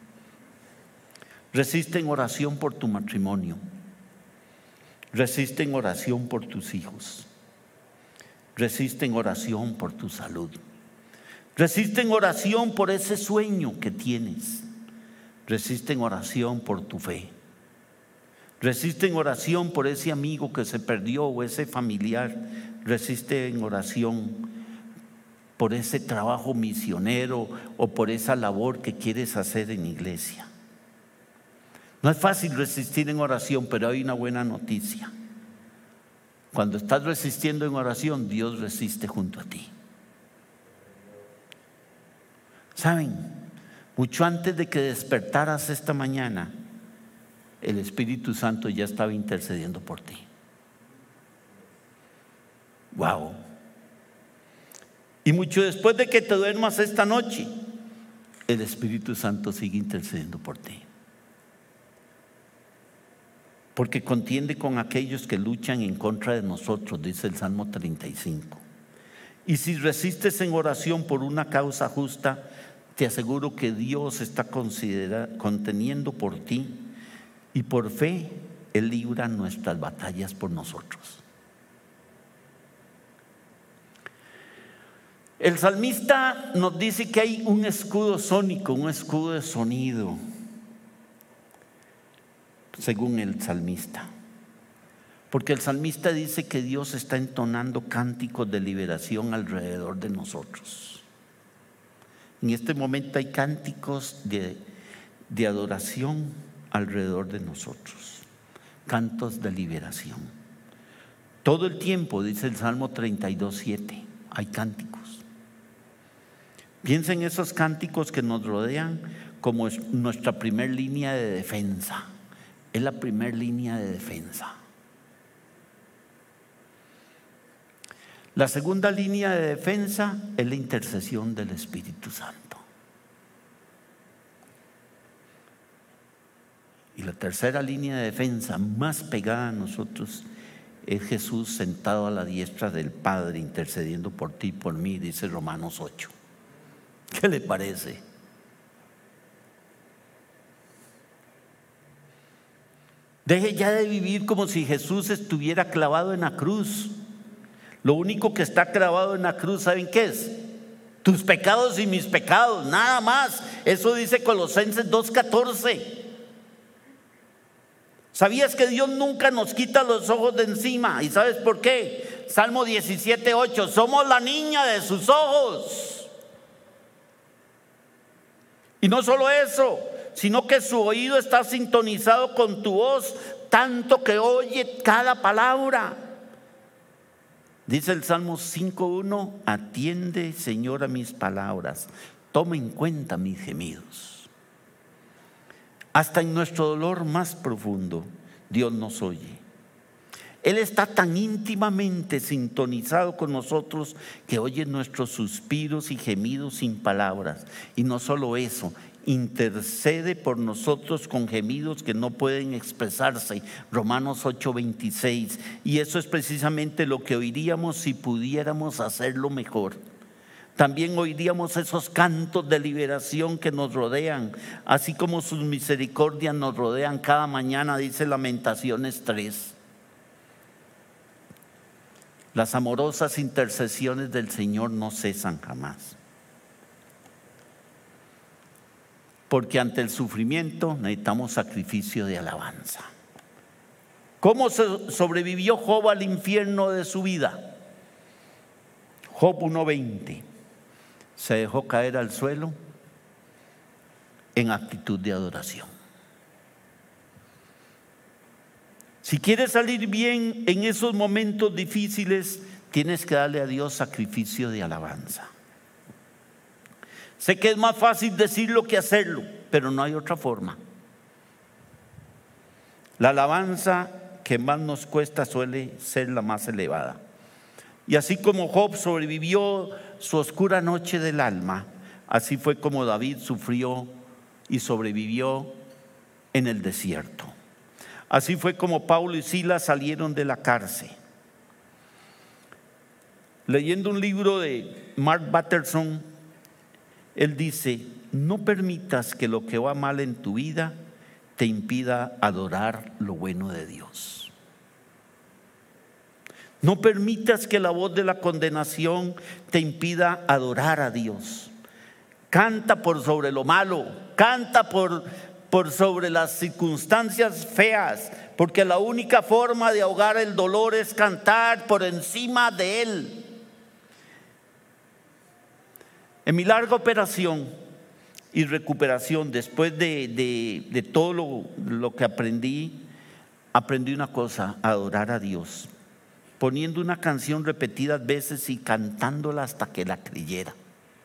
Resiste en oración por tu matrimonio. Resiste en oración por tus hijos. Resiste en oración por tu salud. Resiste en oración por ese sueño que tienes. Resiste en oración por tu fe. Resiste en oración por ese amigo que se perdió o ese familiar. Resiste en oración por ese trabajo misionero o por esa labor que quieres hacer en iglesia. No es fácil resistir en oración, pero hay una buena noticia. Cuando estás resistiendo en oración, Dios resiste junto a ti. ¿Saben? Mucho antes de que despertaras esta mañana, el Espíritu Santo ya estaba intercediendo por ti. Wow. Y mucho después de que te duermas esta noche, el Espíritu Santo sigue intercediendo por ti. Porque contiende con aquellos que luchan en contra de nosotros, dice el Salmo treinta y cinco. Y si resistes en oración por una causa justa, te aseguro que Dios está conteniendo por ti, y por fe Él libra nuestras batallas por nosotros. El salmista nos dice que hay un escudo sónico, un escudo de sonido, según el salmista. Porque el salmista dice que Dios está entonando cánticos de liberación alrededor de nosotros. En este momento hay cánticos de, de adoración alrededor de nosotros, cantos de liberación. Todo el tiempo, dice el Salmo treinta y dos, siete, hay cánticos. Piensa en esos cánticos que nos rodean como nuestra primer línea de defensa. Es la primer línea de defensa. La segunda línea de defensa es la intercesión del Espíritu Santo. Y la tercera línea de defensa más pegada a nosotros es Jesús sentado a la diestra del Padre intercediendo por ti y por mí, dice Romanos ocho. ¿Qué le parece? Deje ya de vivir como si Jesús estuviera clavado en la cruz. Lo único que está clavado en la cruz, ¿saben qué es? Tus pecados y mis pecados, nada más. Eso dice Colosenses dos catorce. ¿Sabías que Dios nunca nos quita los ojos de encima? ¿Y sabes por qué? Salmo diecisiete ocho, somos la niña de sus ojos. Y no solo eso, sino que su oído está sintonizado con tu voz, tanto que oye cada palabra. Dice el Salmo cinco uno, atiende, Señor, a mis palabras, toma en cuenta mis gemidos. Hasta en nuestro dolor más profundo, Dios nos oye. Él está tan íntimamente sintonizado con nosotros que oye nuestros suspiros y gemidos sin palabras. Y no solo eso, intercede por nosotros con gemidos que no pueden expresarse. Romanos ocho veintiséis. Y eso es precisamente lo que oiríamos si pudiéramos hacerlo mejor. También oiríamos esos cantos de liberación que nos rodean, así como sus misericordias nos rodean cada mañana, dice Lamentaciones tres. Las amorosas intercesiones del Señor no cesan jamás. porque ante el sufrimiento necesitamos sacrificio de alabanza. ¿Cómo se sobrevivió Job al infierno de su vida? Job uno veinte. Se dejó caer al suelo en actitud de adoración. Si quieres salir bien en esos momentos difíciles, tienes que darle a Dios sacrificio de alabanza. Sé que es más fácil decirlo que hacerlo, pero no hay otra forma. La alabanza que más nos cuesta suele ser la más elevada. Y así como Job sobrevivió su oscura noche del alma, así fue como David sufrió y sobrevivió en el desierto. Así fue como Pablo y Silas salieron de la cárcel. Leyendo un libro de Mark Batterson, él dice: no permitas que lo que va mal en tu vida te impida adorar lo bueno de Dios. No permitas que la voz de la condenación te impida adorar a Dios. Canta por sobre lo malo, canta por, por sobre las circunstancias feas, porque la única forma de ahogar el dolor es cantar por encima de él. En mi larga operación y recuperación, después de, de, de todo lo, lo que aprendí, aprendí una cosa: a adorar a Dios, poniendo una canción repetidas veces y cantándola hasta que la creyera.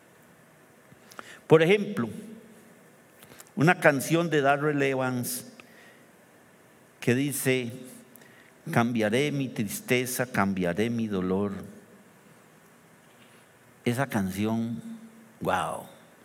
Por ejemplo, una canción de Darrell Evans que dice: cambiaré mi tristeza, cambiaré mi dolor. Esa canción, wow.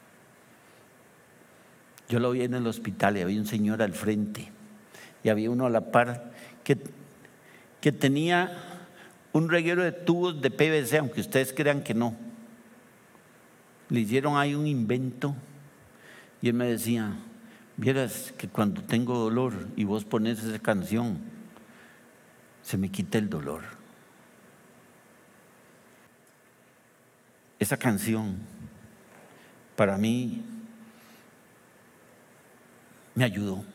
Yo lo vi en el hospital y había un señor al frente y había uno a la par que, que tenía un reguero de tubos de P V C, aunque ustedes crean que no. Le hicieron ahí un invento y él me decía: vieras que cuando tengo dolor y vos pones esa canción, se me quita el dolor. Esa canción para mí me ayudó.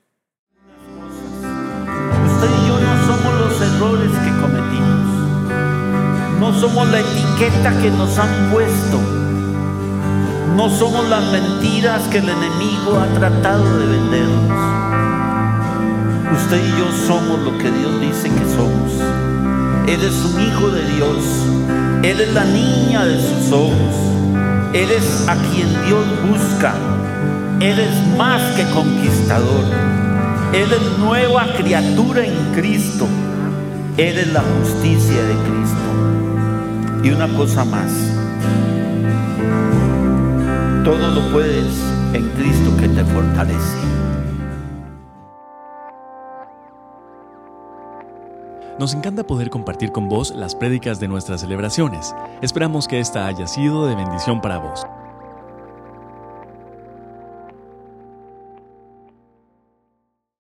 Usted y yo no somos los errores que cometimos, no somos la etiqueta que nos han puesto, no somos las mentiras que el enemigo ha tratado de vendernos. Usted y yo somos lo que Dios dice que somos. Él es un hijo de Dios, Él es la niña de sus ojos, Él es a quien Dios busca, Él es más que conquistador, Él es nueva criatura en Cristo, Él es la justicia de Cristo. Y una cosa más: todo lo puedes en Cristo que te fortalece. Nos encanta poder compartir con vos las prédicas de nuestras celebraciones. Esperamos que esta haya sido de bendición para vos.